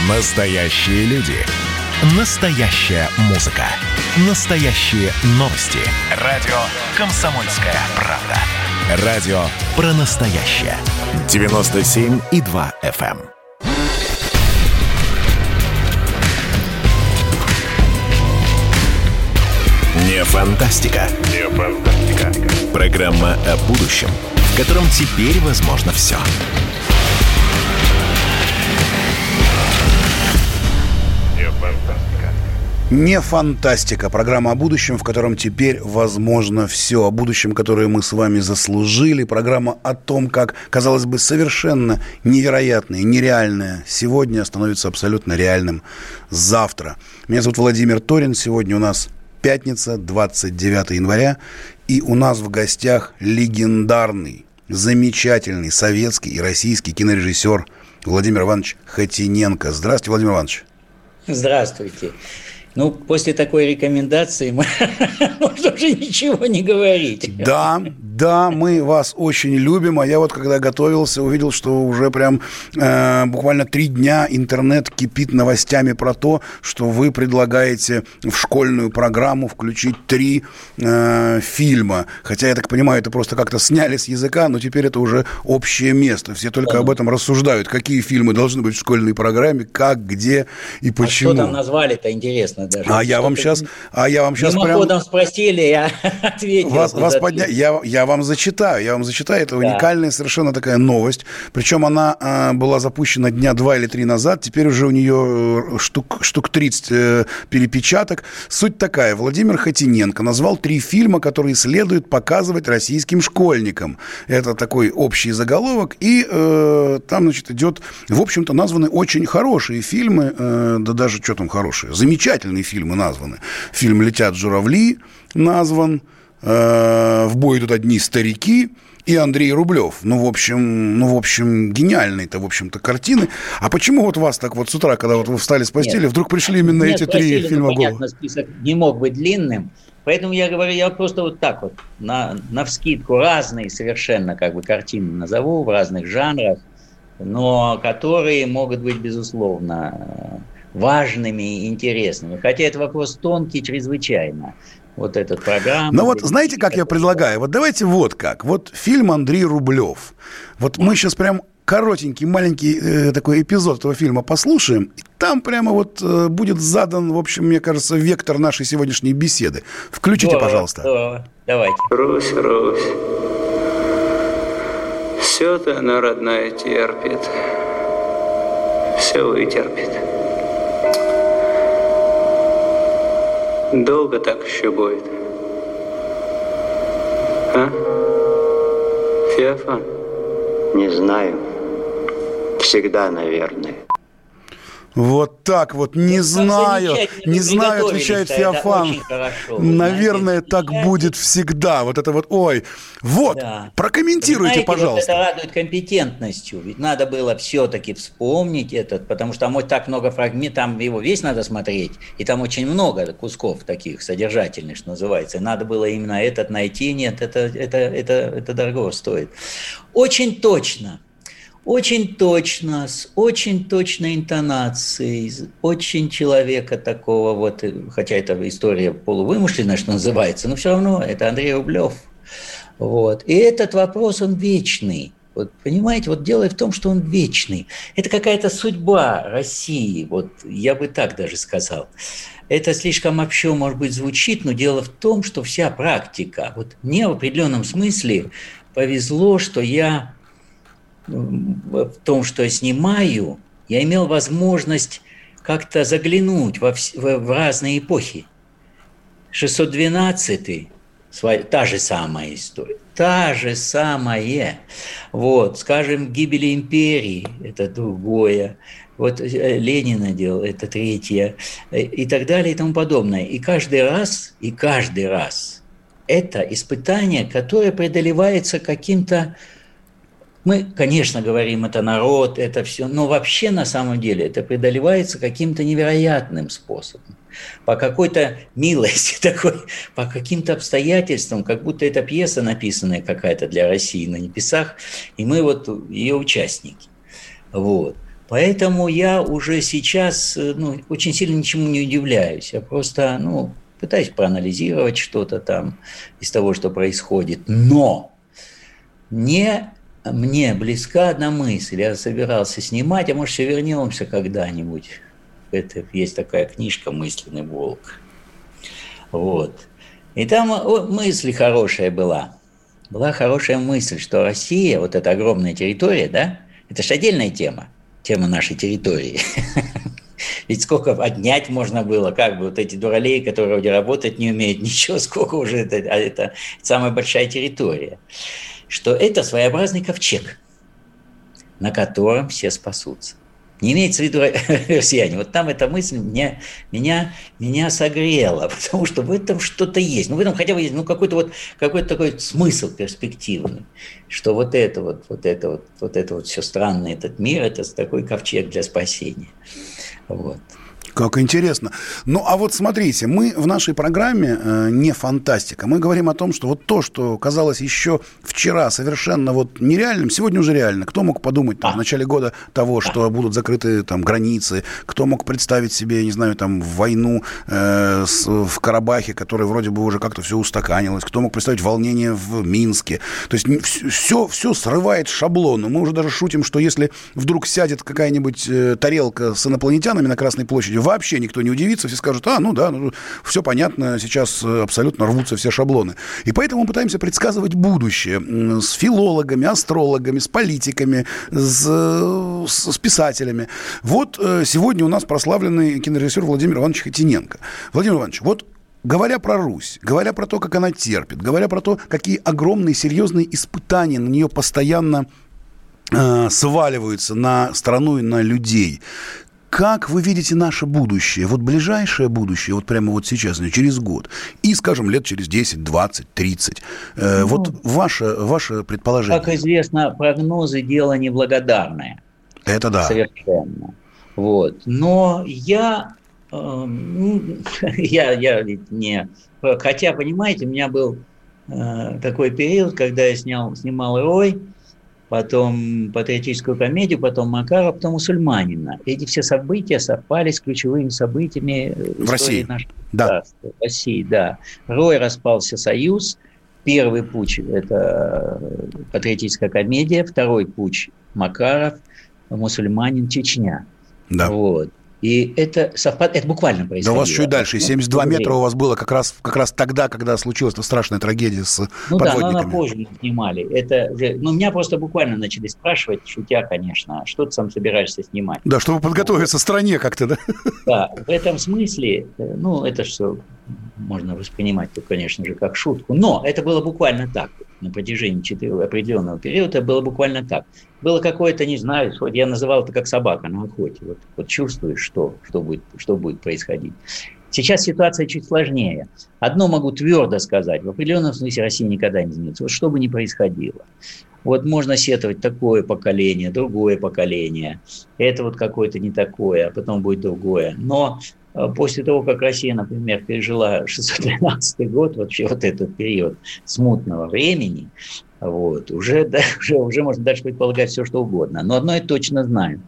Настоящие люди. Настоящая музыка. Настоящие новости. Радио «Комсомольская правда». Радио про настоящее. 97,2 FM. Не фантастика. Не фантастика. Программа о будущем, в котором теперь возможно все. Не фантастика. Программа о будущем, в котором теперь возможно все. О будущем, которое мы с вами заслужили. Программа о том, как, казалось бы, совершенно невероятное, нереальное сегодня становится абсолютно реальным завтра. Меня зовут Владимир Торин. Сегодня у нас пятница, 29 января. И у нас в гостях легендарный, замечательный советский и российский кинорежиссер Владимир Иванович Хотиненко. Здравствуйте, Владимир Иванович. Здравствуйте. Ну, после такой рекомендации можно уже ничего не говорить. Да, мы вас очень любим. А я вот, когда готовился, увидел, что уже прям буквально 3 дня интернет кипит новостями про то, что вы предлагаете в школьную программу включить 3 фильма. Хотя, я так понимаю, это просто как-то сняли с языка, но теперь это уже общее место. Все только об этом рассуждают. Какие фильмы должны быть в школьной программе, как, где и почему. А что там назвали-то, интересно даже. Я вам сейчас мимоходом прям спросили, я ответил. Я вам зачитаю. Это уникальная совершенно такая новость. Причем она была запущена дня 2 или 3 назад. Теперь уже у нее штук 30 перепечаток. Суть такая. Владимир Хотиненко назвал 3 фильма, которые следует показывать российским школьникам. Это такой общий заголовок. И там, значит, идет... В общем-то, названы очень хорошие фильмы. Да даже что там хорошие? Замечательные фильмы названы. Фильм «Летят журавли» назван. «В бой идут одни старики» и Андрей Рублев. В общем, гениальные-то, в общем-то, картины. А почему вот вас так вот с утра, когда вот вы встали с постели, вдруг пришли именно эти 3 фильма в голову? Понятно, список не мог быть длинным. Поэтому я говорю, я просто вот так вот, навскидку разные совершенно как бы картины назову в разных жанрах, но которые могут быть, безусловно, важными и интересными. Хотя это вопрос тонкий чрезвычайно. Вот этот программа. Ну вот знаете, как я предлагаю? Вот давайте вот как. Вот фильм «Андрей Рублев». Вот мы сейчас прям коротенький, маленький такой эпизод этого фильма послушаем. И там прямо вот будет задан, в общем, мне кажется, вектор нашей сегодняшней беседы. Включите, пожалуйста. Здорово. Давайте. Русь, все-то она, родная, терпит. Все вытерпит. Долго так еще будет? А? Феофан? Не знаю. Всегда, наверное. Вот так вот, не знаю, отвечает Феофан. Наверное, так будет всегда. Вот это вот, ой. Вот, да. Прокомментируйте, пожалуйста. Вот это радует компетентностью. Ведь надо было все-таки вспомнить этот, потому что там так много фрагментов, там его весь надо смотреть, и там очень много кусков таких содержательных, что называется. Надо было именно этот найти. Нет, это дорого стоит. Очень точно, с очень точной интонацией, очень человека такого вот, хотя это история полувымышленная, что называется, но все равно это Андрей Рублев. Вот. И этот вопрос, он вечный. Вот, понимаете, вот дело в том, что он вечный. Это какая-то судьба России, вот я бы так даже сказал. Это слишком общо, может быть, звучит, но дело в том, что вся практика, вот мне в определенном смысле повезло, что я в том, что я снимаю, я имел возможность как-то заглянуть в разные эпохи. 612-й, та же самая история, та же самая. Вот, скажем, «Гибель империи» – это другое. Вот Ленина делал, это третье. И так далее, и тому подобное. И каждый раз это испытание, которое преодолевается каким-то... Мы, конечно, говорим, это народ, это все, но вообще на самом деле это преодолевается каким-то невероятным способом. По какой-то милости такой, по каким-то обстоятельствам, как будто это пьеса, написанная какая-то для России на небесах, и мы вот ее участники. Вот. Поэтому я уже сейчас очень сильно ничему не удивляюсь. Я просто пытаюсь проанализировать что-то там из того, что происходит. Но мне близка одна мысль. Я собирался снимать, а может, еще вернемся когда-нибудь. Это есть такая книжка «Мысленный волк». Вот. И там мысль хорошая была. Была хорошая мысль, что Россия, вот эта огромная территория, да, это же отдельная тема нашей территории. Ведь сколько отнять можно было, как бы вот эти дуралеи, которые вроде работать не умеют, ничего, сколько уже, это самая большая территория. Что это своеобразный ковчег, на котором все спасутся. Не имеется в виду россияне. Вот там эта мысль меня согрела, потому что в этом что-то есть. В этом хотя бы есть какой-то такой смысл перспективный, что вот это все странное, этот мир, это такой ковчег для спасения. Вот. Как интересно. А вот смотрите, мы в нашей программе не фантастика. Мы говорим о том, что вот то, что казалось еще вчера совершенно нереальным, сегодня уже реально. Кто мог подумать в начале года того, что будут закрыты границы? Кто мог представить себе, не знаю, войну в Карабахе, которая вроде бы уже как-то все устаканилось? Кто мог представить волнение в Минске? То есть все срывает шаблон. Мы уже даже шутим, что если вдруг сядет какая-нибудь тарелка с инопланетянами на Красной площади, вообще никто не удивится, все скажут, все понятно, сейчас абсолютно рвутся все шаблоны. И поэтому мы пытаемся предсказывать будущее с филологами, астрологами, с политиками, с писателями. Вот сегодня у нас прославленный кинорежиссер Владимир Иванович Хотиненко. Владимир Иванович, говоря про Русь, говоря про то, как она терпит, говоря про то, какие огромные, серьезные испытания на нее постоянно сваливаются на страну и на людей, как вы видите наше будущее, ближайшее будущее, прямо сейчас, через год, и, скажем, лет через 10, 20, 30? Ваше предположение. Как известно, прогнозы – дело неблагодарное. Это да. Совершенно. Но я ведь не... Хотя, понимаете, у меня был такой период, когда я снимал «Рой», потом патриотическую комедию, потом Макарова, потом «Мусульманина». Эти все события совпали с ключевыми событиями в России. В России, да. «Рой», распался Союз. Первый путч – это патриотическая комедия. Второй путч – Макаров, «Мусульманин», Чечня. Да. И это буквально происходило. Да у вас еще и дальше. 72 метра у вас было как раз тогда, когда случилась эта страшная трагедия с подводниками. Да, но она позже не снимали. Меня просто буквально начали спрашивать, шутя, конечно, что ты сам собираешься снимать. Да, чтобы подготовиться стране как-то, да? Да, в этом смысле, это все можно воспринимать, конечно же, как шутку. Но это было буквально так. На протяжении определенного периода это было буквально так. Было какое-то, не знаю, я называл это как собака на охоте. Чувствуешь, что будет происходить. Сейчас ситуация чуть сложнее. Одно могу твердо сказать. В определенном смысле Россия никогда не изменится. Что бы ни происходило. Можно сетовать такое поколение, другое поколение. Это какое-то не такое, а потом будет другое. Но после того, как Россия, например, пережила 613 год, вообще этот период смутного времени, уже можно дальше предполагать все, что угодно. Но одно я точно знаю,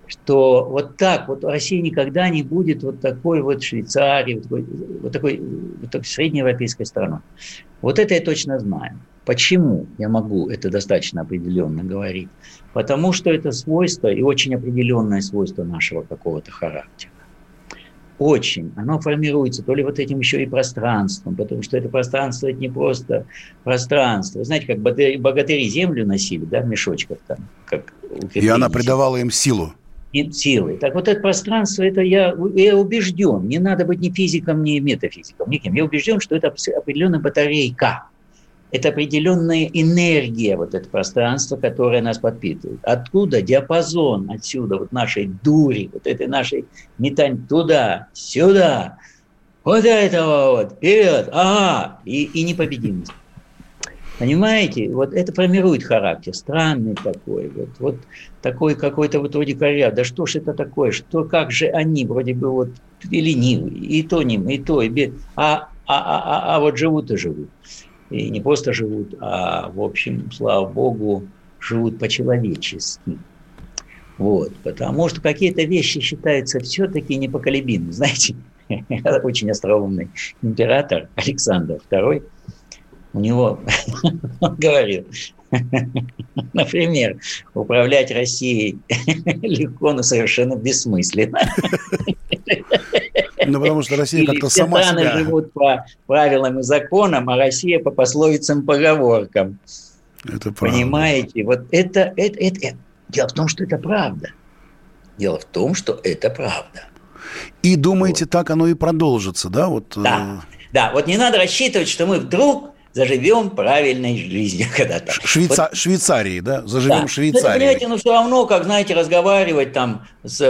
что Россия никогда не будет такой Швейцарией, такой среднеевропейской страной. Это я точно знаю. Почему я могу это достаточно определенно говорить? Потому что это свойство и очень определенное свойство нашего какого-то характера. Очень. Оно формируется то ли этим еще и пространством, потому что это пространство – это не просто пространство. Знаете, как богатыри землю носили, в мешочках там. И она придавала им силу. Силы. Так это пространство, это я убежден, не надо быть ни физиком, ни метафизиком, никем. Я убежден, что это определенная батарейка. Это определенная энергия, это пространство, которое нас подпитывает. Откуда диапазон отсюда, нашей дури, этой нашей метания туда, сюда, этого вперед, и непобедимость. Понимаете? Это формирует характер, странный такой, такой какой-то вроде коряв. Да что ж это такое, как же они вроде бы и ленивые, и то не, и то, и живут и живут. И не просто живут, а, в общем, слава богу, живут по-человечески. Вот, потому что какие-то вещи считаются все-таки непоколебимыми. Знаете, очень остроумный император Александр II, у него, он говорил, например, управлять Россией легко, но совершенно бессмысленно. Ну, потому что Россия как-то сама себя... Страны живут по правилам и законам, а Россия по пословицам и поговоркам. Это правда. Понимаете? Вот это... Дело в том, что это правда. Дело в том, что это правда. И думаете, вот. Так оно и продолжится, да? Вот, да, вот не надо рассчитывать, что мы вдруг заживем правильной жизнью когда-то. Швейцарии, да? Заживем Швейцарией. Понимаете, но все равно, как, знаете, разговаривать там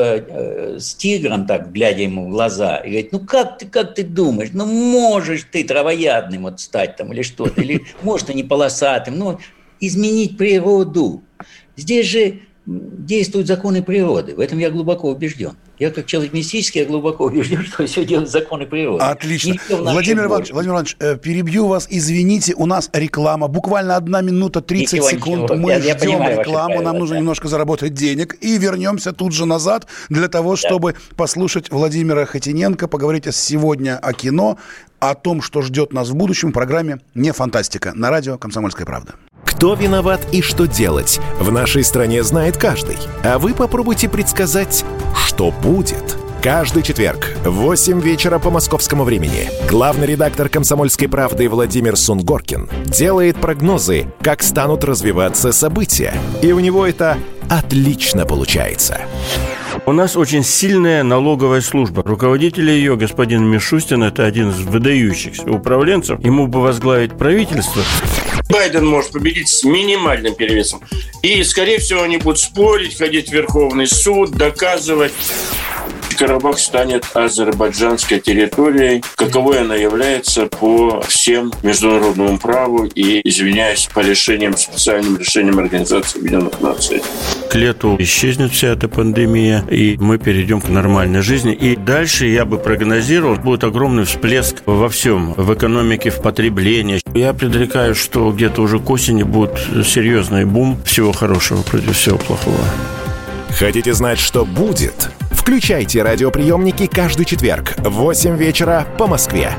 с тигром, так, глядя ему в глаза, и говорить, ну как ты думаешь, ну можешь ты травоядным вот стать там или что-то, или может ты не полосатым, ну изменить природу. Здесь же действуют законы природы, в этом я глубоко убежден. Я как человек мистический, я глубоко убежден, что все делают законы природы. Отлично. Владимир Иванович, перебью вас, извините, у нас реклама. Буквально 1 минута 30 секунд. Мы ждем рекламу, нам нужно немножко заработать денег. И вернемся тут же назад для того, чтобы послушать Владимира Хотиненко, поговорить сегодня о кино, о том, что ждет нас в будущем в программе «Не фантастика» на радио «Комсомольская правда». Кто виноват и что делать, в нашей стране знает каждый. А вы попробуйте предсказать, что будет. Каждый четверг в 8 вечера по московскому времени главный редактор «Комсомольской правды» Владимир Сунгоркин делает прогнозы, как станут развиваться события. И у него это отлично получается. У нас очень сильная налоговая служба. Руководитель ее, господин Мишустин, это один из выдающихся управленцев. Ему бы возглавить правительство. Байден может победить с минимальным перевесом. И, скорее всего, они будут спорить, ходить в Верховный суд, доказывать. Карабах станет азербайджанской территорией, каковой она является по всем международному праву и, извиняюсь, по специальным решениям Организации Объединенных Наций. К лету исчезнет вся эта пандемия, и мы перейдем к нормальной жизни. И дальше, я бы прогнозировал, будет огромный всплеск во всем, в экономике, в потреблении. Я предрекаю, что где-то уже к осени будет серьезный бум всего хорошего против всего плохого. Хотите знать, что будет? Включайте радиоприемники каждый четверг в 8 вечера по Москве.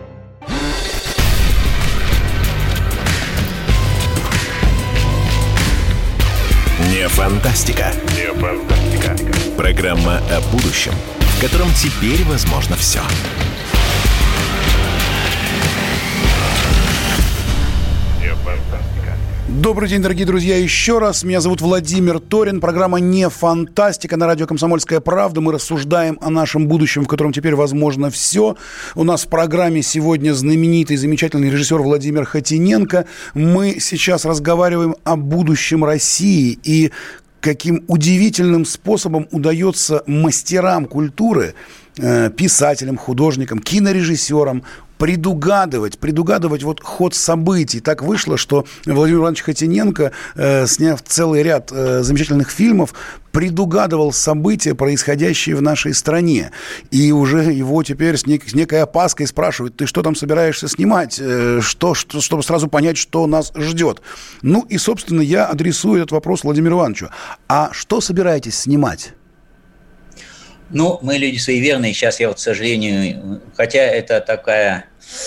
Не фантастика. Не фантастика. Программа о будущем, в котором теперь возможно все. Добрый день, дорогие друзья, еще раз. Меня зовут Владимир Торин. Программа «Не фантастика» на радио «Комсомольская правда». Мы рассуждаем о нашем будущем, в котором теперь возможно все. У нас в программе сегодня знаменитый, замечательный режиссер Владимир Хотиненко. Мы сейчас разговариваем о будущем России и каким удивительным способом удается мастерам культуры, писателям, художникам, кинорежиссерам предугадывать вот ход событий. Так вышло, что Владимир Иванович Хотиненко, сняв целый ряд замечательных фильмов, предугадывал события, происходящие в нашей стране. И уже его теперь с некой опаской спрашивают: ты что там собираешься снимать? Чтобы сразу понять, что нас ждет. Ну и, собственно, я адресую этот вопрос Владимиру Ивановичу. А что собираетесь снимать? Ну, мы люди суеверные. Сейчас я, вот, к сожалению, хотя это такая...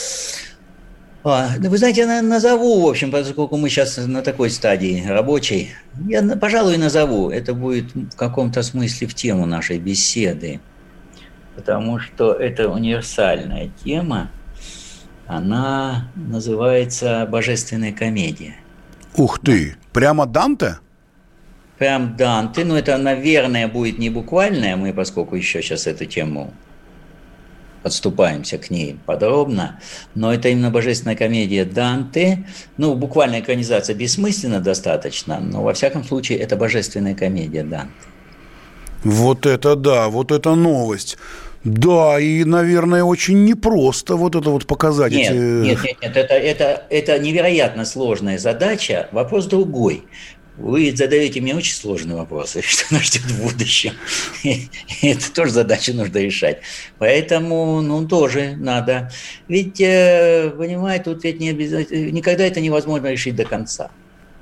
Вы знаете, я назову, в общем, поскольку мы сейчас на такой стадии рабочей, я, пожалуй, назову. Это будет в каком-то смысле в тему нашей беседы, потому что это универсальная тема. Она называется «Божественная комедия». Ух ты! Прямо Данте? Прям Данте, но это, наверное, будет не буквальное, мы, поскольку еще сейчас эту тему подступаемся к ней подробно, но это именно божественная комедия Данте. Ну, буквальная экранизация бессмысленна достаточно, но, во всяком случае, это божественная комедия Данте. Вот это да, вот это новость. Да, и, наверное, очень непросто вот это вот показать. Нет, это невероятно сложная задача. Вопрос другой. Вы задаете мне очень сложные вопросы, что нас ждет в будущем. Это тоже задача нужно решать. Поэтому, тоже надо. Ведь, понимаете, тут ведь не обязательно, никогда это невозможно решить до конца.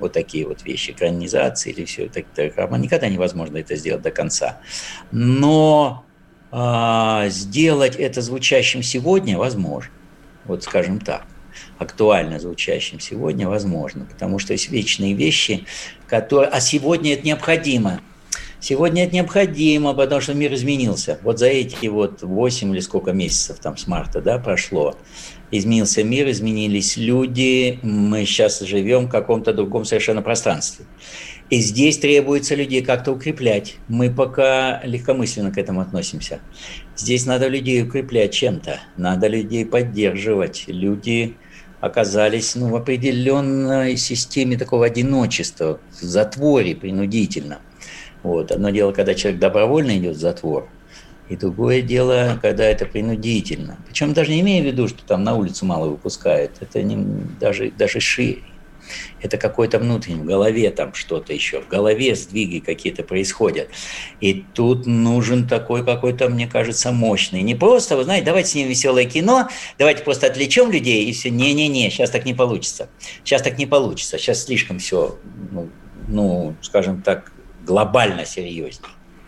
вот такие вот вещи, экранизации или все, никогда невозможно это сделать до конца. Но сделать это звучащим сегодня возможно, вот скажем так. Актуально звучащим сегодня возможно, потому что есть вечные вещи, которые... А сегодня это необходимо. Сегодня это необходимо, потому что мир изменился. Вот за эти вот 8 или сколько месяцев там с марта, да, прошло, изменился мир, изменились люди, мы сейчас живем в каком-то другом совершенно пространстве. И здесь требуется людей как-то укреплять. Мы пока легкомысленно к этому относимся. Здесь надо людей укреплять чем-то, надо людей поддерживать. Люди оказались в определенной системе такого одиночества, в затворе принудительно. Вот. Одно дело, когда человек добровольно идет в затвор, и другое дело, когда это принудительно. Причем даже не имея в виду, что там на улицу мало выпускают, это даже шире. Это какой-то внутренний, в голове там что-то еще, в голове сдвиги какие-то происходят. И тут нужен такой какой-то, мне кажется, мощный. Не просто, вы знаете, давайте снимем веселое кино, давайте просто отвлечем людей и все. Не-не-не, сейчас так не получится. Сейчас слишком все, скажем так, глобально серьезнее.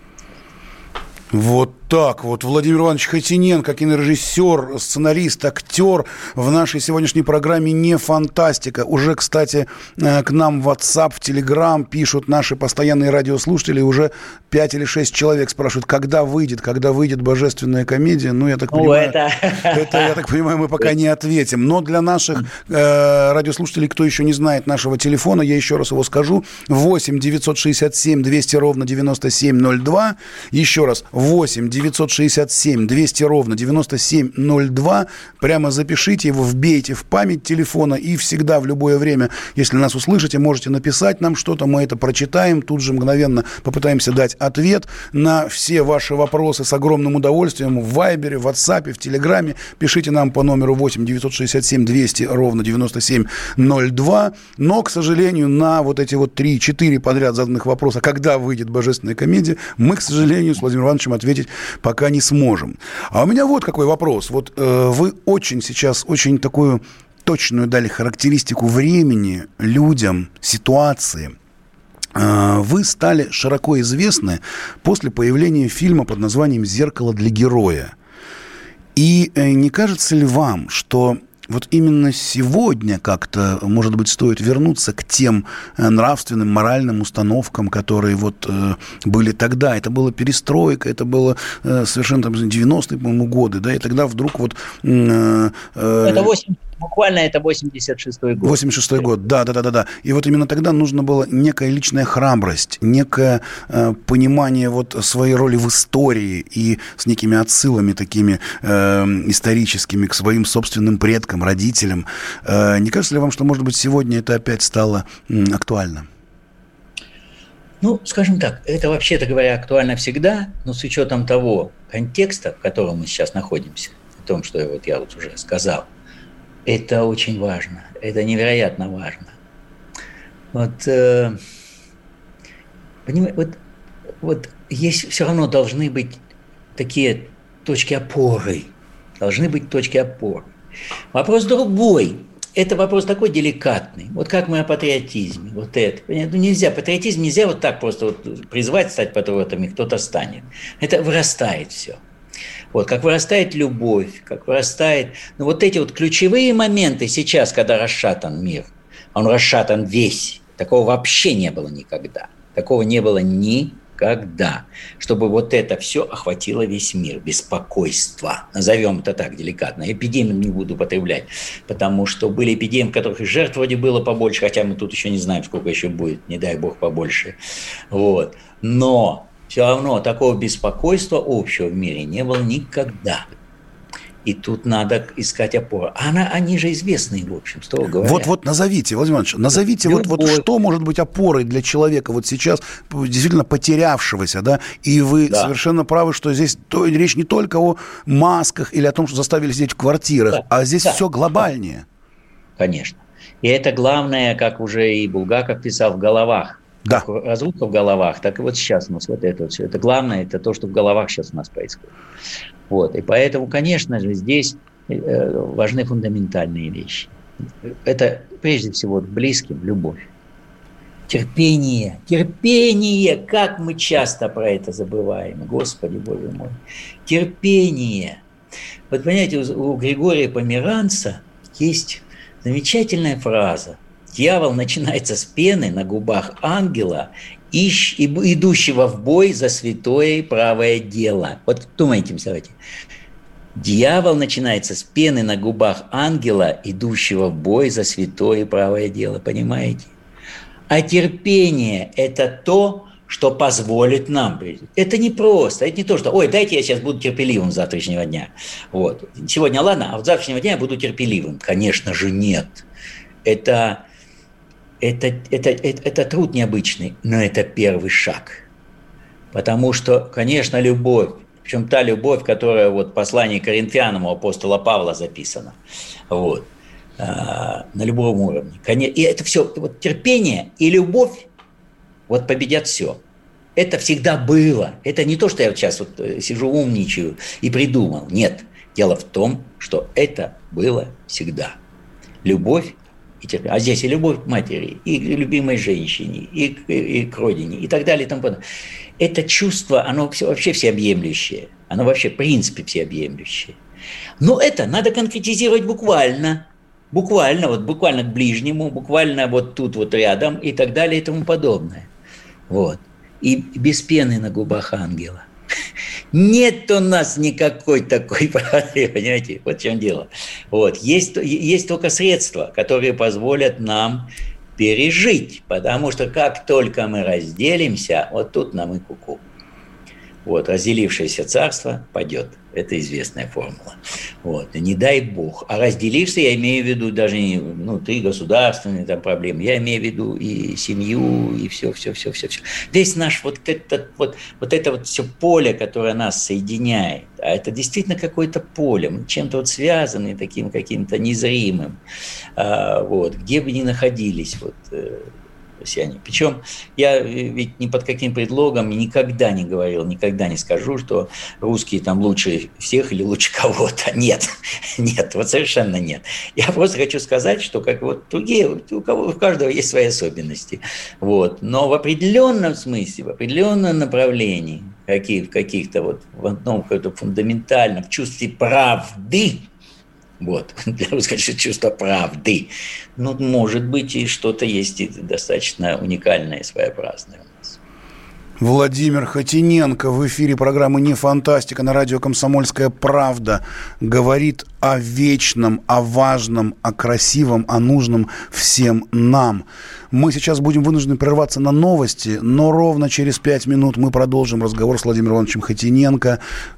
Вот так вот. Владимир Иванович Хатиненко, кинорежиссер, сценарист, актер в нашей сегодняшней программе «Не фантастика». Уже, кстати, к нам в WhatsApp, в Telegram пишут наши постоянные радиослушатели. Уже 5 или 6 человек спрашивают, когда выйдет божественная комедия. Я так понимаю, мы пока не ответим. Но для наших радиослушателей, кто еще не знает нашего телефона, я еще раз его скажу. 8 967 200 ровно 9702. Еще раз, 8 967 200 ровно 9702. Прямо запишите его, вбейте в память телефона, и всегда, в любое время, если нас услышите, можете написать нам что-то, мы это прочитаем, тут же мгновенно попытаемся дать ответ на все ваши вопросы с огромным удовольствием в Вайбере, в WhatsApp, в Телеграме. Пишите нам по номеру 8 967 200 ровно 9702. Но, к сожалению, на вот эти вот 3-4 подряд заданных вопроса, когда выйдет божественная комедия, мы, к сожалению, с Владимиром Ивановичем ответить пока не сможем. А у меня вот какой вопрос. Вот вы сейчас очень такую точную дали характеристику времени, людям, ситуации. Вы стали широко известны после появления фильма под названием «Зеркало для героя». И не кажется ли вам, что вот именно сегодня как-то, может быть, стоит вернуться к тем нравственным, моральным установкам, которые вот были тогда? Это была перестройка, это было совершенно там 90-е, по-моему, годы, да, и тогда вдруг вот... Буквально это 86-й год. 86-й год, да. И вот именно тогда нужно было некая личная храбрость, некое понимание вот своей роли в истории и с некими отсылами такими историческими к своим собственным предкам, родителям. Не кажется ли вам, что, может быть, сегодня это опять стало актуально? Скажем так, это, вообще-то говоря, актуально всегда, но с учетом того контекста, в котором мы сейчас находимся, о том, что я уже сказал, это очень важно, это невероятно важно. Есть все равно должны быть такие точки опоры. Вопрос другой. Это вопрос такой деликатный. Вот как мы о патриотизме. Вот это. Патриотизм нельзя вот так просто призвать стать патриотами, кто-то станет. Это вырастает все. Вот, как вырастает любовь, как вырастает... вот эти вот ключевые моменты сейчас, когда расшатан мир, он расшатан весь. Такого вообще не было никогда. Чтобы вот это все охватило весь мир. Беспокойство. Назовем это так деликатно. Эпидемию не буду употреблять, потому что были эпидемии, в которых и жертв вроде было побольше, хотя мы тут еще не знаем, сколько еще будет, не дай бог побольше. Вот. Но... все равно такого беспокойства общего в мире не было никогда. И тут надо искать опору. Они же известные, в общем, строго говоря. Вот назовите, Владимир Иванович, вот что может быть опорой для человека вот сейчас, действительно потерявшегося, да? И вы совершенно правы, что здесь речь не только о масках или о том, что заставили сидеть в квартирах, а здесь все глобальнее. Конечно. И это главное, как уже и Булгаков писал, в головах. Да. Как разруха в головах, так и вот сейчас у нас вот это вот все. Это главное, это то, что в головах сейчас у нас происходит. Вот. И поэтому, конечно же, здесь важны фундаментальные вещи. Это, прежде всего, к близким любовь. Терпение, терпение, как мы часто про это забываем, Господи, Боже мой. Терпение. Вот понимаете, у Григория Померанца есть замечательная фраза. Дьявол начинается с пены на губах ангела, идущего в бой за святое и правое дело. Вот думайте, давайте. Дьявол начинается с пены на губах ангела, идущего в бой за святое и правое дело. Понимаете? А терпение – это то, что позволит нам. Это не просто, это не то, что «Ой, дайте я сейчас буду терпеливым с завтрашнего дня». Вот. Сегодня ладно, а с завтрашнего дня я буду терпеливым. Конечно же, нет. Это труд необычный, но это первый шаг. Потому что, конечно, любовь, причем та любовь, которая вот в послании к Коринфянам у апостола Павла записана, вот, на любом уровне. И это все, вот терпение и любовь вот победят все. Это всегда было. Это не то, что я вот сейчас вот сижу умничаю и придумал. Нет. Дело в том, что это было всегда. Любовь и терпение. А здесь и любовь к матери, и к любимой женщине, и к родине, и так далее, и тому подобное. Это чувство, оно вообще всеобъемлющее. Оно вообще в принципе всеобъемлющее. Но это надо конкретизировать буквально. Буквально к ближнему, буквально вот тут вот рядом и так далее и тому подобное. Вот. И без пены на губах ангела. Нет у нас никакой такой проблемы, понимаете? Вот в чем дело. Вот. Есть только средства, которые позволят нам пережить, потому что как только мы разделимся, вот тут нам и куку. Вот, разделившееся царство падет. Это известная формула. Вот. Не дай бог. А разделившись, я имею в виду даже не внутри государственные там проблемы, я имею в виду и семью, и все. Весь наш вот это все поле, которое нас соединяет, а это действительно какое-то поле, мы чем-то вот связаны таким каким-то незримым, вот, где бы ни находились вот, россияне. Причем я ведь ни под каким предлогом никогда не говорил, никогда не скажу, что русские там лучше всех или лучше кого-то. Нет, вот совершенно нет. Я просто хочу сказать, что как вот другие, у каждого есть свои особенности. Вот. Но в определенном смысле, в определенном направлении, в каких-то вот в одном каком-то фундаментальном, в чувстве правды, вот, для русского чувства правды. Ну, может быть, и что-то есть и достаточно уникальное и своеобразное у нас. Владимир Хотиненко в эфире программы «Не фантастика» на радио «Комсомольская правда» говорит о вечном, о важном, о красивом, о нужном всем нам. Мы сейчас будем вынуждены прерваться на новости, но ровно через 5 минут мы продолжим разговор с Владимиром Ивановичем Хотиненко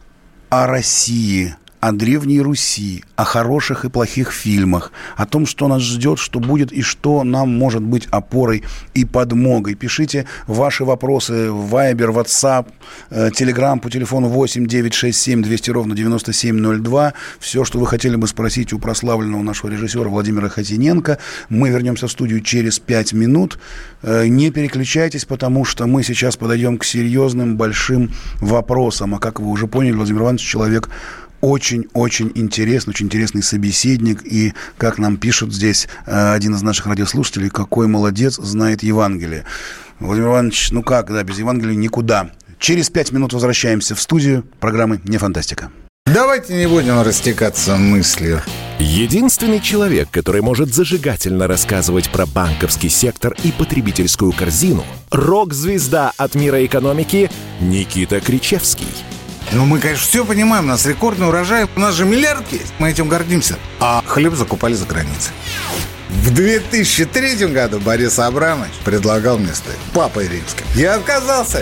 о России, о Древней Руси, о хороших и плохих фильмах, о том, что нас ждет, что будет и что нам может быть опорой и подмогой. Пишите ваши вопросы в Viber, WhatsApp, Telegram по телефону 8 967 200 ровно 9702. Все, что вы хотели бы спросить у прославленного нашего режиссера Владимира Хотиненко. Мы вернемся в студию через 5 минут. Не переключайтесь, потому что мы сейчас подойдем к серьезным, большим вопросам. А как вы уже поняли, Владимир Иванович человек очень-очень интересный собеседник. И, как нам пишут здесь один из наших радиослушателей, какой молодец, знает Евангелие. Владимир Иванович, без Евангелия никуда. Через 5 минут возвращаемся в студию программы «Не фантастика». Давайте не будем растекаться мыслью. Единственный человек, который может зажигательно рассказывать про банковский сектор и потребительскую корзину, рок-звезда от мира экономики Никита Кричевский. Мы, конечно, все понимаем, у нас рекордный урожай, у нас же миллиард есть, мы этим гордимся. А хлеб закупали за границей. В 2003 году Борис Абрамович предлагал мне стать папой римским. Я отказался.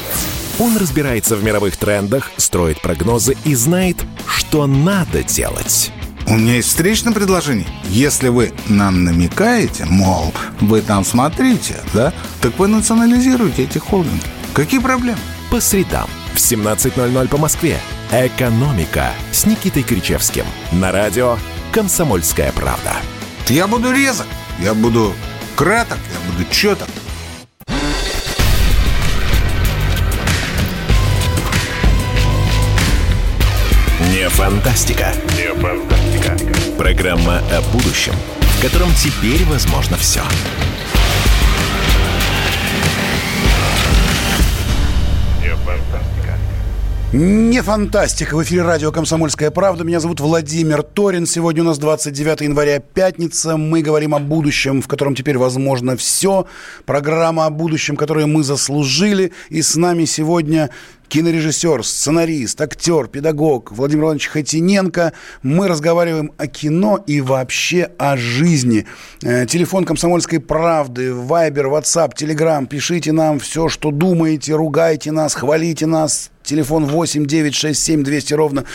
Он разбирается в мировых трендах, строит прогнозы и знает, что надо делать. У меня есть встречное предложение. Если вы нам намекаете, мол, вы там смотрите, да, так вы национализируете эти холдинги. Какие проблемы? По средам в 17:00 по Москве. «Экономика» с Никитой Кричевским. На радио «Комсомольская правда». Я буду резок, я буду краток, я буду чёток. Не фантастика. Не фантастика. Программа о будущем, в котором теперь возможно все. Не фантастика. В эфире радио «Комсомольская правда». Меня зовут Владимир Торин. Сегодня у нас 29 января, пятница. Мы говорим о будущем, в котором теперь возможно все. Программа о будущем, которое мы заслужили. И с нами сегодня кинорежиссер, сценарист, актер, педагог Владимир Иванович Хотиненко. Мы разговариваем о кино и вообще о жизни. Телефон «Комсомольской правды», Вайбер, Ватсап, Телеграм. Пишите нам все, что думаете, ругайте нас, хвалите нас. Телефон 8 967 200 ровно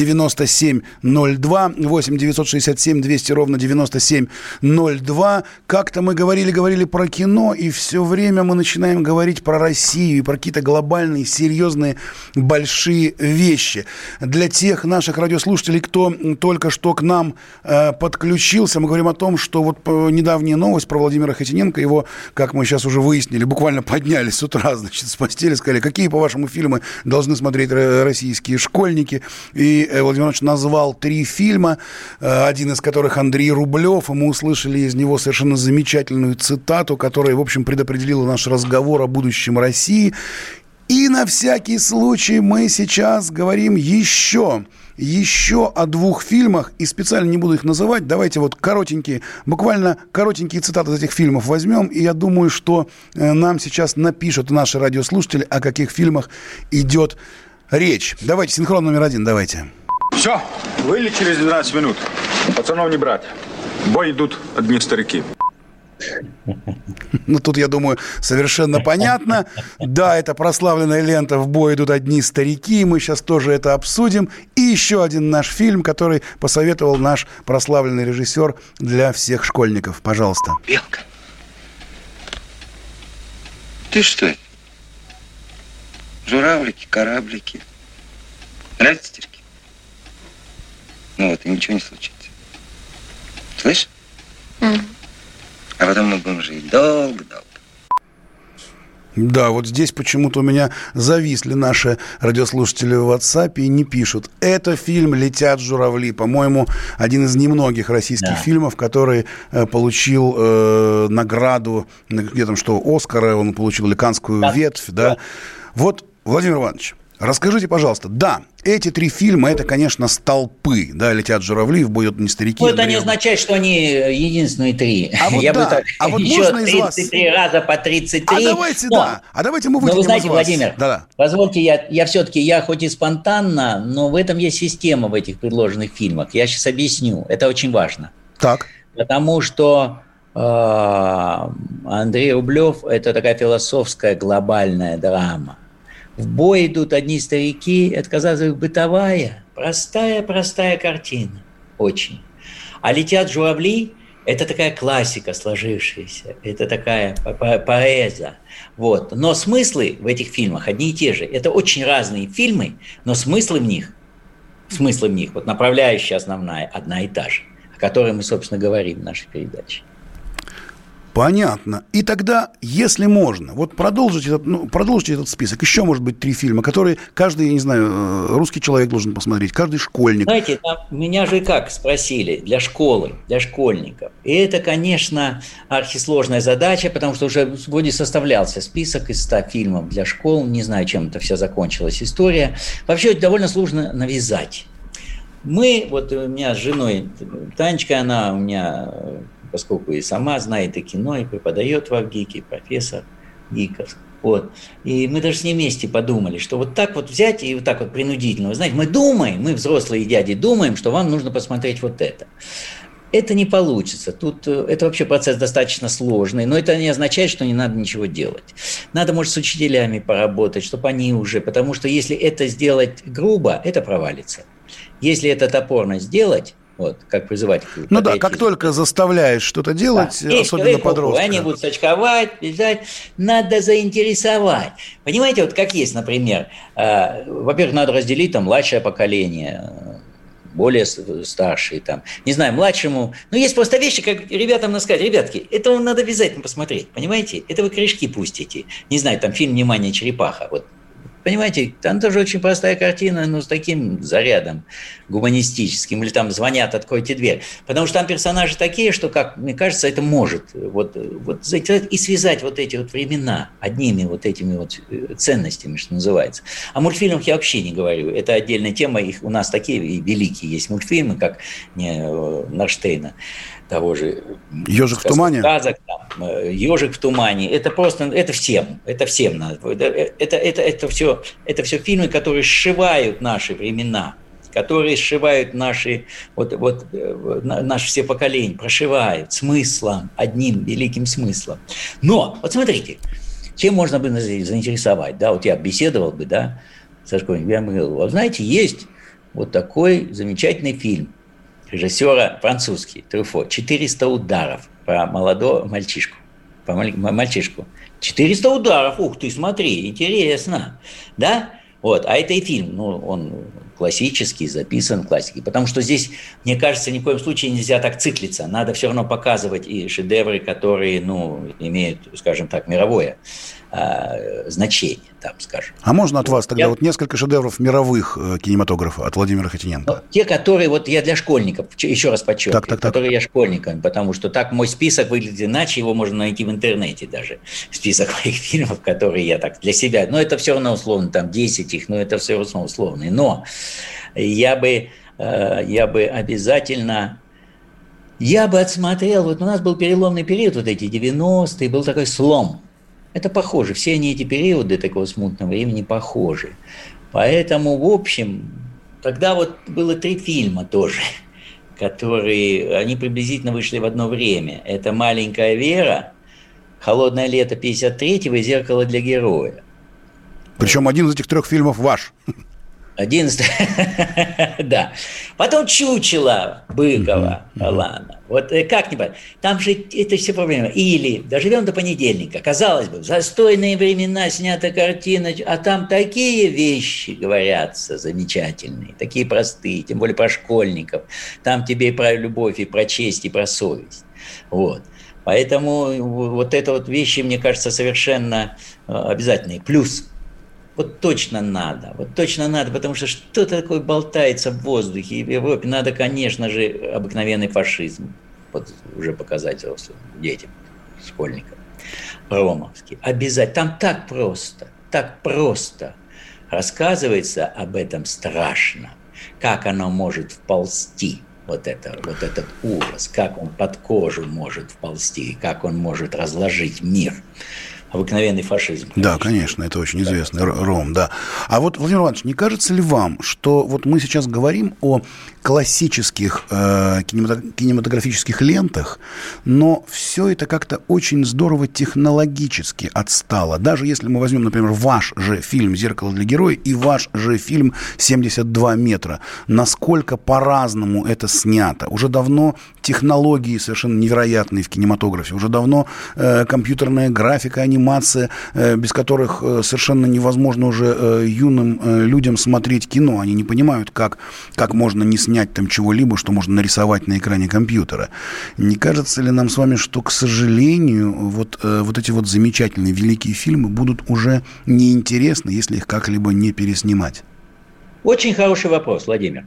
9702. 8 967 200 ровно 9702. Как-то мы говорили про кино, и все время мы начинаем говорить про Россию и про какие-то глобальные, серьезные, большие вещи. Для тех наших радиослушателей, кто только что к нам подключился, мы говорим о том, что вот недавняя новость про Владимира Хотиненко, его, как мы сейчас уже выяснили, буквально подняли с утра, значит, с постели, сказали, какие, по-вашему, фильмы должны смотреть российские школьники. И Владимир Иванович назвал 3 фильма, один из которых Андрей Рублев, и мы услышали из него совершенно замечательную цитату, которая, в общем, предопределила наш разговор о будущем России. И на всякий случай мы сейчас говорим еще о 2 фильмах, и специально не буду их называть. Давайте вот буквально коротенькие цитаты из этих фильмов возьмем, и я думаю, что нам сейчас напишут наши радиослушатели, о каких фильмах идет речь. Давайте, синхрон номер 1, давайте. Все, вылет через 12 минут. Пацанов не брать. В бой идут одни старики. Ну, тут, я думаю, совершенно понятно. Да, это прославленная лента «В бой идут одни старики». Мы сейчас тоже это обсудим. И еще один наш фильм, который посоветовал наш прославленный режиссер для всех школьников. Пожалуйста. Белка, ты что это? Журавлики, кораблики. Нравятся стишки? Ну вот, и ничего не случится. Слышь? А потом мы будем жить долго-долго. Да, вот здесь почему-то у меня зависли наши радиослушатели в WhatsApp и не пишут. Это фильм «Летят журавли». По-моему, один из немногих российских фильмов, который получил награду, где там что, Оскара, он получил «Ликанскую ветвь». Да. Вот, Владимир Иванович, расскажите, пожалуйста, да, эти 3 фильма, это, конечно, столпы, да, «Летят журавли», «В бой идут не старики». Ну, это не означает, что они единственные 3. А вот, вот можно из вас... 33 раза по 33. А давайте мы вытянем вы знаете, из вас. Владимир, позвольте, я хоть и спонтанно, но в этом есть система в этих предложенных фильмах. Я сейчас объясню, это очень важно. Так. Потому что Андрей Рублев – это такая философская глобальная драма. В бой идут одни старики, это, казалось бы, бытовая, простая картина, очень. А «Летят журавли» – это такая классика сложившаяся, это такая поэза. Вот. Но смыслы в этих фильмах одни и те же. Это очень разные фильмы, но смыслы в них, вот направляющая основная, одна и та же, о которой мы, собственно, говорим в нашей передаче. Понятно. И тогда, если можно, вот продолжите этот список. Еще, может быть, 3 фильма, которые каждый, я не знаю, русский человек должен посмотреть, каждый школьник. Знаете, меня же как спросили, для школы, для школьников. И это, конечно, архисложная задача, потому что уже вроде составлялся список из 100 фильмов для школ. Не знаю, чем это вся закончилась история. Вообще, это довольно сложно навязать. Вот у меня с женой Танечка, она у меня... поскольку и сама знает и кино, и преподает в ВГИКе, и профессор ГИКов. Вот. И мы даже с ней вместе подумали, что вот так вот взять и вот так вот принудительно. Вы знаете, мы взрослые дяди, думаем, что вам нужно посмотреть вот это. Это не получится. Тут это вообще процесс достаточно сложный, но это не означает, что не надо ничего делать. Надо, может, с учителями поработать, чтобы они уже... Потому что если это сделать грубо, это провалится. Если это топорно сделать... Вот, как призывать. Ну да, как только заставляешь что-то делать, особенно подростка. Они будут сочковать, бежать. Надо заинтересовать. Понимаете, вот как есть, например, во-первых, надо разделить там младшее поколение, более старшие там. Не знаю, младшему. Но есть просто вещи, как ребятам надо сказать, ребятки, это вам надо обязательно посмотреть, понимаете? Это вы корешки пустите. Не знаю, там фильм «Внимание, черепаха». Вот понимаете, там тоже очень простая картина, но с таким зарядом гуманистическим. Или там звонят, откройте дверь. Потому что там персонажи такие, что, как мне кажется, это может вот и связать вот эти вот времена одними вот этими вот ценностями, что называется. О мультфильмах я вообще не говорю. Это отдельная тема. Их у нас такие великие есть мультфильмы, как Нарштейна, того же «Ежик в тумане». Сказок, «Ежик в тумане». Это просто, это всем надо. Это все фильмы, которые сшивают наши времена, которые сшивают наши все поколения, прошивают смыслом, одним великим смыслом. Но, вот смотрите, чем можно бы заинтересовать, да, вот я беседовал бы, да, со школьником, я говорил, вот знаете, есть вот такой замечательный фильм режиссера французский, Трюфо, «400 ударов» про молодого мальчишку. 400 ударов, ух ты, смотри, интересно, да? Вот, а это и фильм, он классический, записан в классике, потому что здесь, мне кажется, ни в коем случае нельзя так циклиться, надо все равно показывать и шедевры, которые, имеют, скажем так, мировое значение, там, скажем. А можно от вас тогда вот несколько шедевров мировых кинематографа от Владимира Хотиненко? Те, которые, вот я для школьников, еще раз подчеркиваю, которые я школьникам, потому что так мой список выглядит иначе, его можно найти в интернете даже, список моих фильмов, которые я так для себя, но это все равно условно, там 10 их, но это все равно условно. Но я бы обязательно... Я бы отсмотрел, вот у нас был переломный период, вот эти 90-е, был такой слом. Это похоже, все они эти периоды такого смутного времени похожи. Поэтому, в общем, тогда вот было 3 фильма тоже, которые, они приблизительно вышли в одно время. Это «Маленькая Вера», «Холодное лето» 53-го и «Зеркало для героя». Причем один из этих 3 фильмов ваш. 11, да. Потом «Чучело» Быкова, Алана. Вот как-нибудь. Там же это все проблемы. Или «Доживем до понедельника». Казалось бы, в застойные времена снята картина, а там такие вещи говорятся замечательные, такие простые, тем более про школьников. Там тебе и про любовь, и про честь, и про совесть. Вот. Поэтому вот это вот вещи, мне кажется, совершенно обязательные. Плюс вот точно надо, потому что что-то такое болтается в воздухе, и в Европе надо, конечно же, обыкновенный фашизм, вот уже показать детям, школьникам, ромовский. Обязательно, там так просто рассказывается об этом страшно, как оно может вползти, вот этот ужас, как он под кожу может вползти, как он может разложить мир. Обыкновенный фашизм. Конечно. Да, конечно, это очень известный ром, да. А вот, Владимир Иванович, не кажется ли вам, что вот мы сейчас говорим о классических кинематографических лентах, но все это как-то очень здорово технологически отстало. Даже если мы возьмем, например, ваш же фильм «Зеркало для героя» и ваш же фильм «72 метра», насколько по-разному это снято. Уже давно технологии совершенно невероятные в кинематографе, уже давно компьютерная графика, анимация, без которых совершенно невозможно уже юным людям смотреть кино. Они не понимают, как можно не снять там чего-либо, что можно нарисовать на экране компьютера. Не кажется ли нам с вами, что, к сожалению, вот эти вот замечательные великие фильмы будут уже неинтересны, если их как-либо не переснимать? Очень хороший вопрос, Владимир.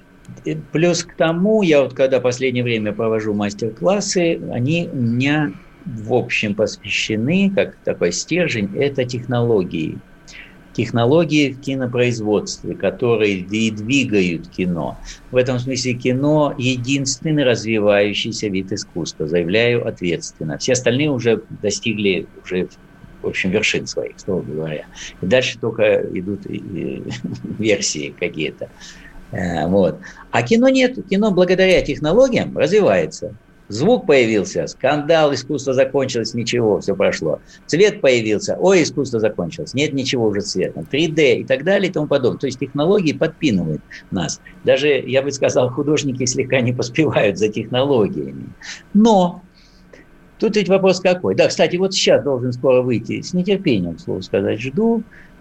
Плюс к тому, я вот когда в последнее время провожу мастер-классы, они у меня в общем посвящены, как такой стержень, это технологии. Технологии в кинопроизводстве, которые и двигают кино. В этом смысле кино – единственный развивающийся вид искусства, заявляю ответственно. Все остальные уже достигли в общем, вершин своих, строго говоря. И дальше только идут версии какие-то. Вот. А кино нет. Кино благодаря технологиям развивается. Звук появился, скандал, искусство закончилось, ничего, все прошло. Цвет появился, ой, искусство закончилось, нет ничего уже цветом. 3D и так далее и тому подобное. То есть технологии подпинывают нас. Даже, я бы сказал, художники слегка не поспевают за технологиями. Но тут ведь вопрос какой. Да, кстати, вот сейчас должен скоро выйти, с нетерпением, слово сказать, жду.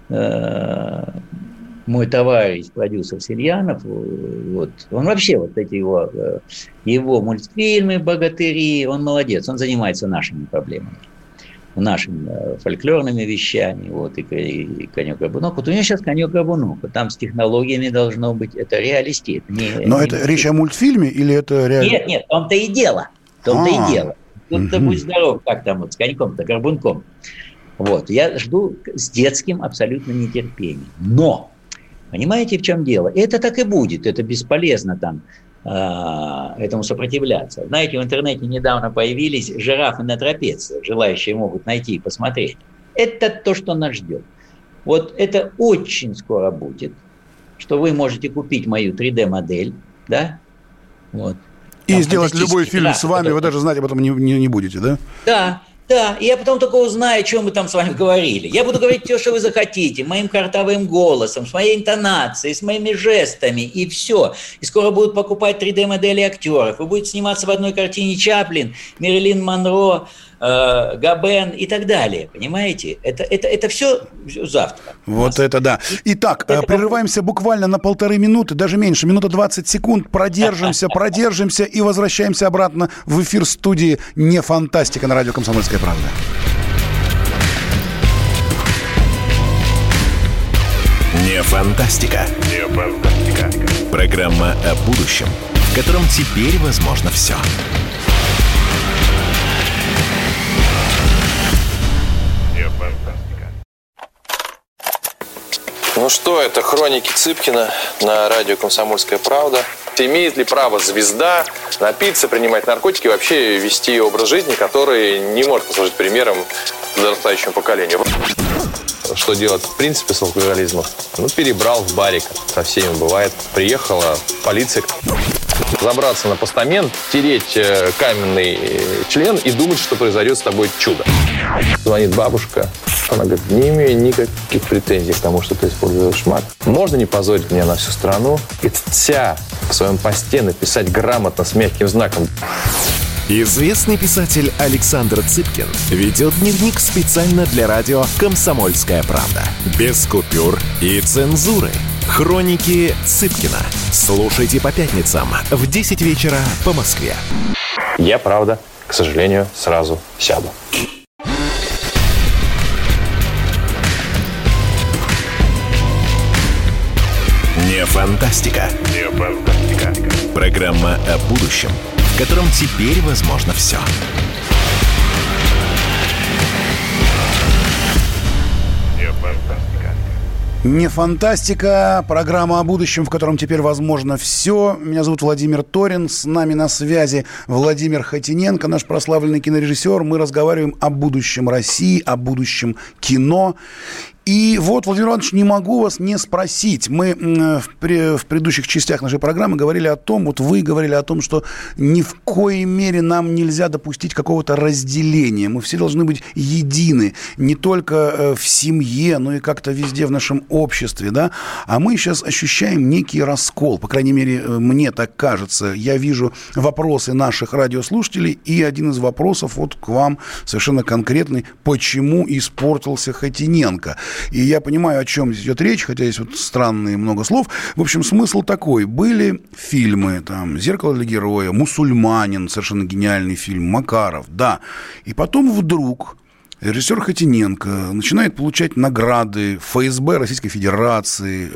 Мой товарищ, продюсер Сельянов, вот, он вообще, вот эти его мультфильмы, богатыри, он молодец, он занимается нашими проблемами. нашими фольклорными вещами, вот, и конек-горбунок. Вот у него сейчас конек-горбунок, там с технологиями должно быть, это реалистит. Но это речь о мультфильме или это реально? Нет, в том-то и дело. Тут-то будь здоров, как там вот с коньком-то, горбунком. Вот, я жду с детским абсолютно нетерпением. Но, понимаете, в чем дело? Это так и будет, это бесполезно там этому сопротивляться. Знаете, в интернете недавно появились жирафы на трапециях, желающие могут найти и посмотреть. Это то, что нас ждет. Вот это очень скоро будет, что вы можете купить мою 3D-модель, да, вот. И там сделать любой фильм с вами, вы даже знать об этом не будете, да? Да, и я потом только узнаю, о чем мы там с вами говорили. Я буду говорить все, что вы захотите, моим картавым голосом, с моей интонацией, с моими жестами, и все. И скоро будут покупать 3D-модели актеров. Вы будете сниматься в одной картине Чаплин, Мэрилин Монро, Габен и так далее. Понимаете? Это все завтра. Вот это да. Итак, прерываемся буквально на 1,5 минуты, даже меньше, минута 20 секунд. Продержимся и возвращаемся обратно в эфир студии «Не фантастика» на радио «Комсомольская правда». Не фантастика. Не фантастика. Программа о будущем, в котором теперь возможно все. Ну что, это хроники Цыпкина на радио «Комсомольская правда». Имеет ли право звезда напиться, принимать наркотики и вообще вести образ жизни, который не может послужить примером подрастающему поколению? Что делать в принципе с алкоголизмом? Ну, перебрал в барик, со всеми бывает. Приехала полиция. Забраться на постамент, тереть каменный член и думать, что произойдет с тобой чудо. Звонит бабушка. Она говорит, не имею никаких претензий к тому, что ты используешь мат. Можно не позорить меня на всю страну и вся в своем посте написать грамотно с мягким знаком. Известный писатель Александр Цыпкин ведет дневник специально для радио «Комсомольская правда». Без купюр и цензуры. Хроники Цыпкина. Слушайте по пятницам в 10 вечера по Москве. Я, правда, к сожалению, сразу сяду. Не фантастика. Не фантастика. Программа о будущем, в котором теперь возможно все. Не фантастика. Не фантастика. Программа о будущем, в котором теперь возможно все. Меня зовут Владимир Торин. С нами на связи Владимир Хотиненко, наш прославленный кинорежиссер. Мы разговариваем о будущем России, о будущем кино. И вот, Владимир Иванович, не могу вас не спросить. Мы в предыдущих частях нашей программы говорили о том, вот вы говорили о том, что ни в коей мере нам нельзя допустить какого-то разделения. Мы все должны быть едины, не только в семье, но и как-то везде в нашем обществе, да. А мы сейчас ощущаем некий раскол, по крайней мере, мне так кажется. Я вижу вопросы наших радиослушателей, и один из вопросов вот к вам совершенно конкретный. Почему испортился Хотиненко? И я понимаю, о чем здесь идет речь, хотя есть вот странные много слов. В общем, смысл такой. Были фильмы, там, «Зеркало для героя», «Мусульманин», совершенно гениальный фильм, «Макаров», да. И потом вдруг режиссер Хотиненко начинает получать награды ФСБ Российской Федерации,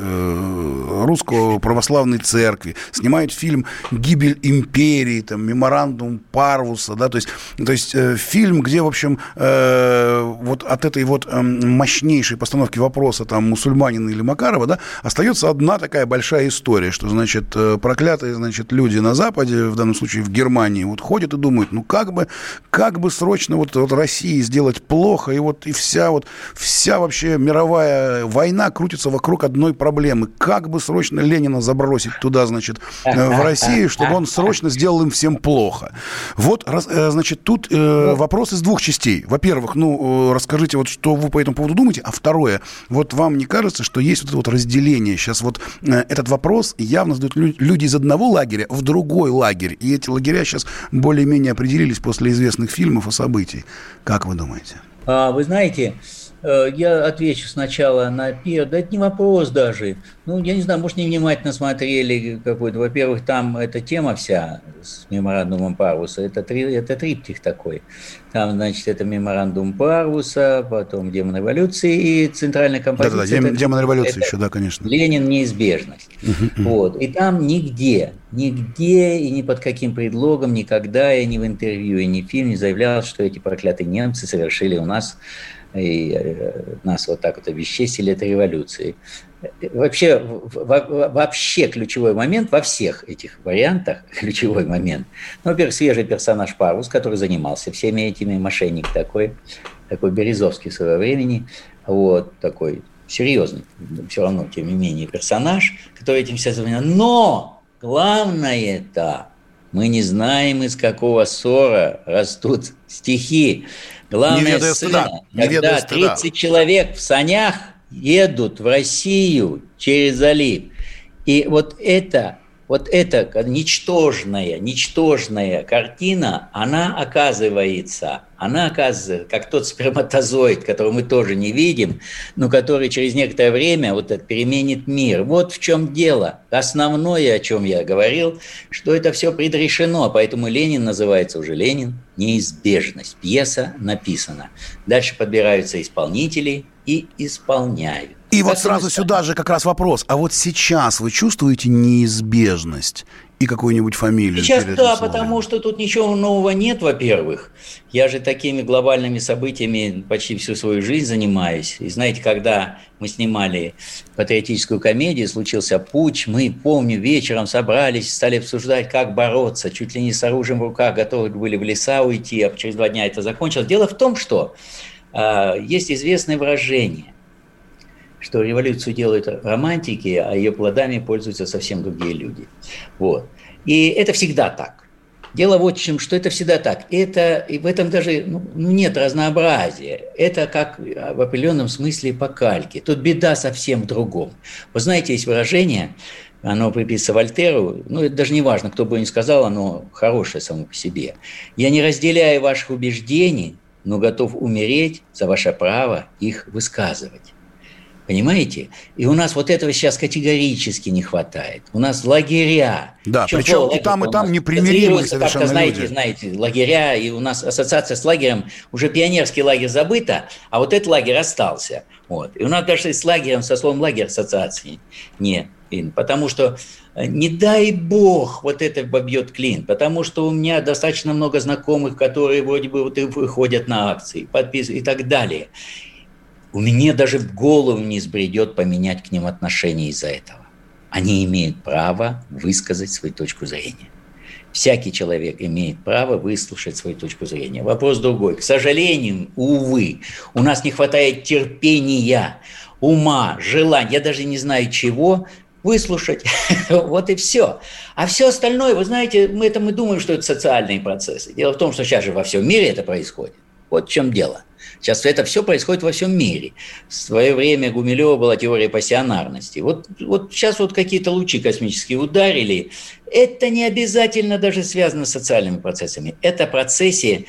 Русской Православной Церкви, снимает фильм «Гибель империи», там, «Меморандум Парвуса», да, то есть фильм, где, в общем, вот от этой вот мощнейшей постановки вопроса, там, мусульманина или Макарова, да, остается одна такая большая история, что, значит, проклятые, значит, люди на Западе, в данном случае в Германии, вот ходят и думают, ну, как бы срочно вот России сделать плохо, и вот и вся вообще мировая война крутится вокруг одной проблемы. Как бы срочно Ленина забросить туда, значит, в Россию, чтобы он срочно сделал им всем плохо. Вот, значит, тут вопрос из двух частей. Во-первых, ну, расскажите, вот, что вы по этому поводу думаете, а второе, вот вам не кажется, что есть вот это вот разделение? Сейчас вот этот вопрос явно задают люди из одного лагеря в другой лагерь, и эти лагеря сейчас более-менее определились после известных фильмов и событий. Как вы думаете? Вы знаете, Я отвечу сначала на первый. Да это не вопрос даже. Ну, я не знаю, может, невнимательно смотрели какой-то. Во-первых, там эта тема вся с меморандумом Парвуса, это триптих такой. Там, значит, это меморандум Парвуса, потом демон революции и центральная композиция. Да-да-да, демон революции еще, да, конечно. Ленин неизбежность. Вот. И там нигде и ни под каким предлогом, никогда я ни в интервью, и ни в фильме не заявлял, что эти проклятые немцы совершили у нас и нас вот так вот обесчестили этой революцией. Вообще ключевой момент во всех этих вариантах, ключевой момент, ну, во-первых, свежий персонаж Парвус, который занимался всеми этими, мошенник такой Березовский в своего времени, вот, такой серьезный, все равно, тем не менее, персонаж, который этим все занимался. Но главное-то, мы не знаем, из какого ссора растут стихи. Главная сцена, когда 30 человек в санях едут в Россию через залив. И вот эта ничтожная картина, она оказывается, как тот сперматозоид, которого мы тоже не видим, но который через некоторое время вот это переменит мир. Вот в чем дело. Основное, о чем я говорил, что это все предрешено, поэтому Ленин называется уже Ленин. Неизбежность. Пьеса написана. Дальше подбираются исполнители и исполняют. И вот сразу сюда же как раз вопрос. А вот сейчас вы чувствуете неизбежность и какую-нибудь фамилию? Сейчас да, потому что тут ничего нового нет, во-первых. Я же такими глобальными событиями почти всю свою жизнь занимаюсь. И знаете, когда мы снимали патриотическую комедию, случился путч, мы, помню, вечером собрались, стали обсуждать, как бороться, чуть ли не с оружием в руках, готовы были в леса уйти, а через 2 дня это закончилось. Дело в том, что есть известное выражение, что революцию делают романтики, а ее плодами пользуются совсем другие люди. Вот. И это всегда так. Дело вот в чем, что это всегда так. И в этом даже нет разнообразия. Это как в определенном смысле по кальке. Тут беда совсем в другом. Вы знаете, есть выражение, оно приписано Вольтеру, это даже не важно, кто бы ни сказал, оно хорошее само по себе. «Я не разделяю ваших убеждений, но готов умереть за ваше право их высказывать». Понимаете? И у нас вот этого сейчас категорически не хватает. У нас лагеря. Да, причем и там непримиримые совершенно люди. Знаете, лагеря, и у нас ассоциация с лагерем, уже пионерский лагерь забыта, а вот этот лагерь остался. Вот. И у нас даже с лагерем, со словом лагерь ассоциации нет. Потому что, не дай бог, вот это побьет клин. Потому что у меня достаточно много знакомых, которые вроде бы вот и выходят на акции, подписывают и так далее. У меня даже в голову не взбредет поменять к ним отношение из-за этого. Они имеют право высказать свою точку зрения. Всякий человек имеет право выслушать свою точку зрения. Вопрос другой. К сожалению, увы, у нас не хватает терпения, ума, желания, я даже не знаю чего, выслушать. Вот и все. А все остальное, вы знаете, мы думаем, что это социальные процессы. Дело в том, что сейчас же во всем мире это происходит. Вот в чем дело. Сейчас это все происходит во всем мире. В свое время Гумилева была теория пассионарности. Вот сейчас вот какие-то лучи космические ударили. Это не обязательно даже связано с социальными процессами. Это процессы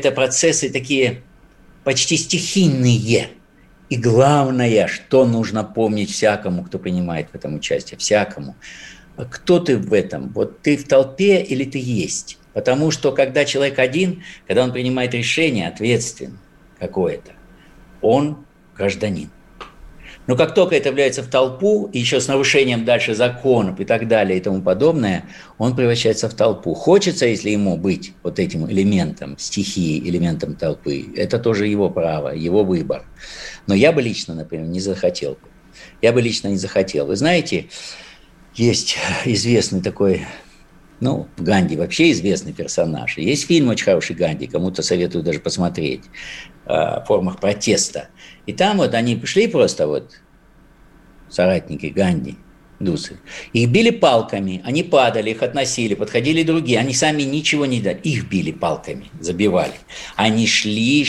такие почти стихийные. И главное, что нужно помнить всякому, кто принимает в этом участие, всякому. Кто ты в этом? Вот ты в толпе или ты есть? Потому что когда человек один, когда он принимает решение ответственно какое-то, он гражданин. Но как только это является в толпу, и еще с нарушением дальше законов и так далее и тому подобное, он превращается в толпу. Хочется, если ему быть вот этим элементом стихии, элементом толпы, это тоже его право, его выбор. Но я бы лично, например, не захотел. Вы знаете, есть известный такой... Ганди вообще известный персонаж. Есть фильм очень хороший «Ганди», кому-то советую даже посмотреть, в формах протеста. И там вот они пришли просто соратники Ганди, дусы, их били палками, они падали, их относили, подходили другие, они сами ничего не дали, их били палками, забивали. Они шли,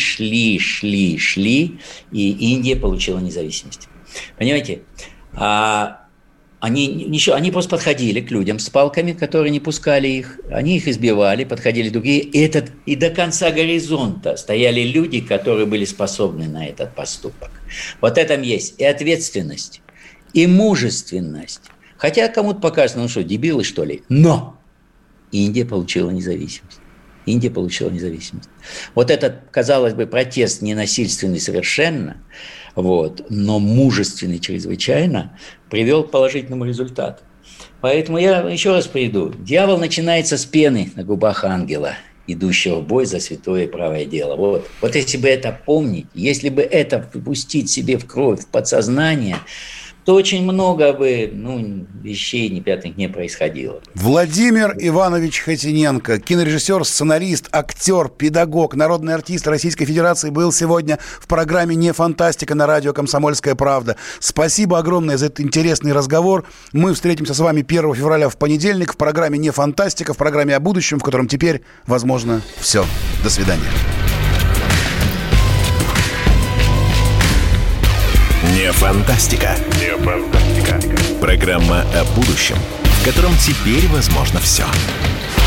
и Индия получила независимость. Понимаете? Они просто подходили к людям с палками, которые не пускали их. Они их избивали, подходили другие. И до конца горизонта стояли люди, которые были способны на этот поступок. Вот этом есть и ответственность, и мужественность. Хотя кому-то покажется, ну что, дебилы, что ли? Но Индия получила независимость. Вот этот, казалось бы, протест ненасильственный совершенно, но мужественный чрезвычайно, привел к положительному результату. Поэтому я еще раз приду. Дьявол начинается с пены на губах ангела, идущего в бой за святое правое дело. Вот если бы это помнить, если бы это пустить себе в кровь, в подсознание, то очень много бы вещей неприятных не происходило. Владимир Иванович Хотиненко, кинорежиссер, сценарист, актер, педагог, народный артист Российской Федерации, был сегодня в программе «Не фантастика» на радио «Комсомольская правда». Спасибо огромное за этот интересный разговор. Мы встретимся с вами 1 февраля в понедельник в программе «Не фантастика», в программе о будущем, в котором теперь возможно все. До свидания. Не фантастика. Программа о будущем, в котором теперь возможно все.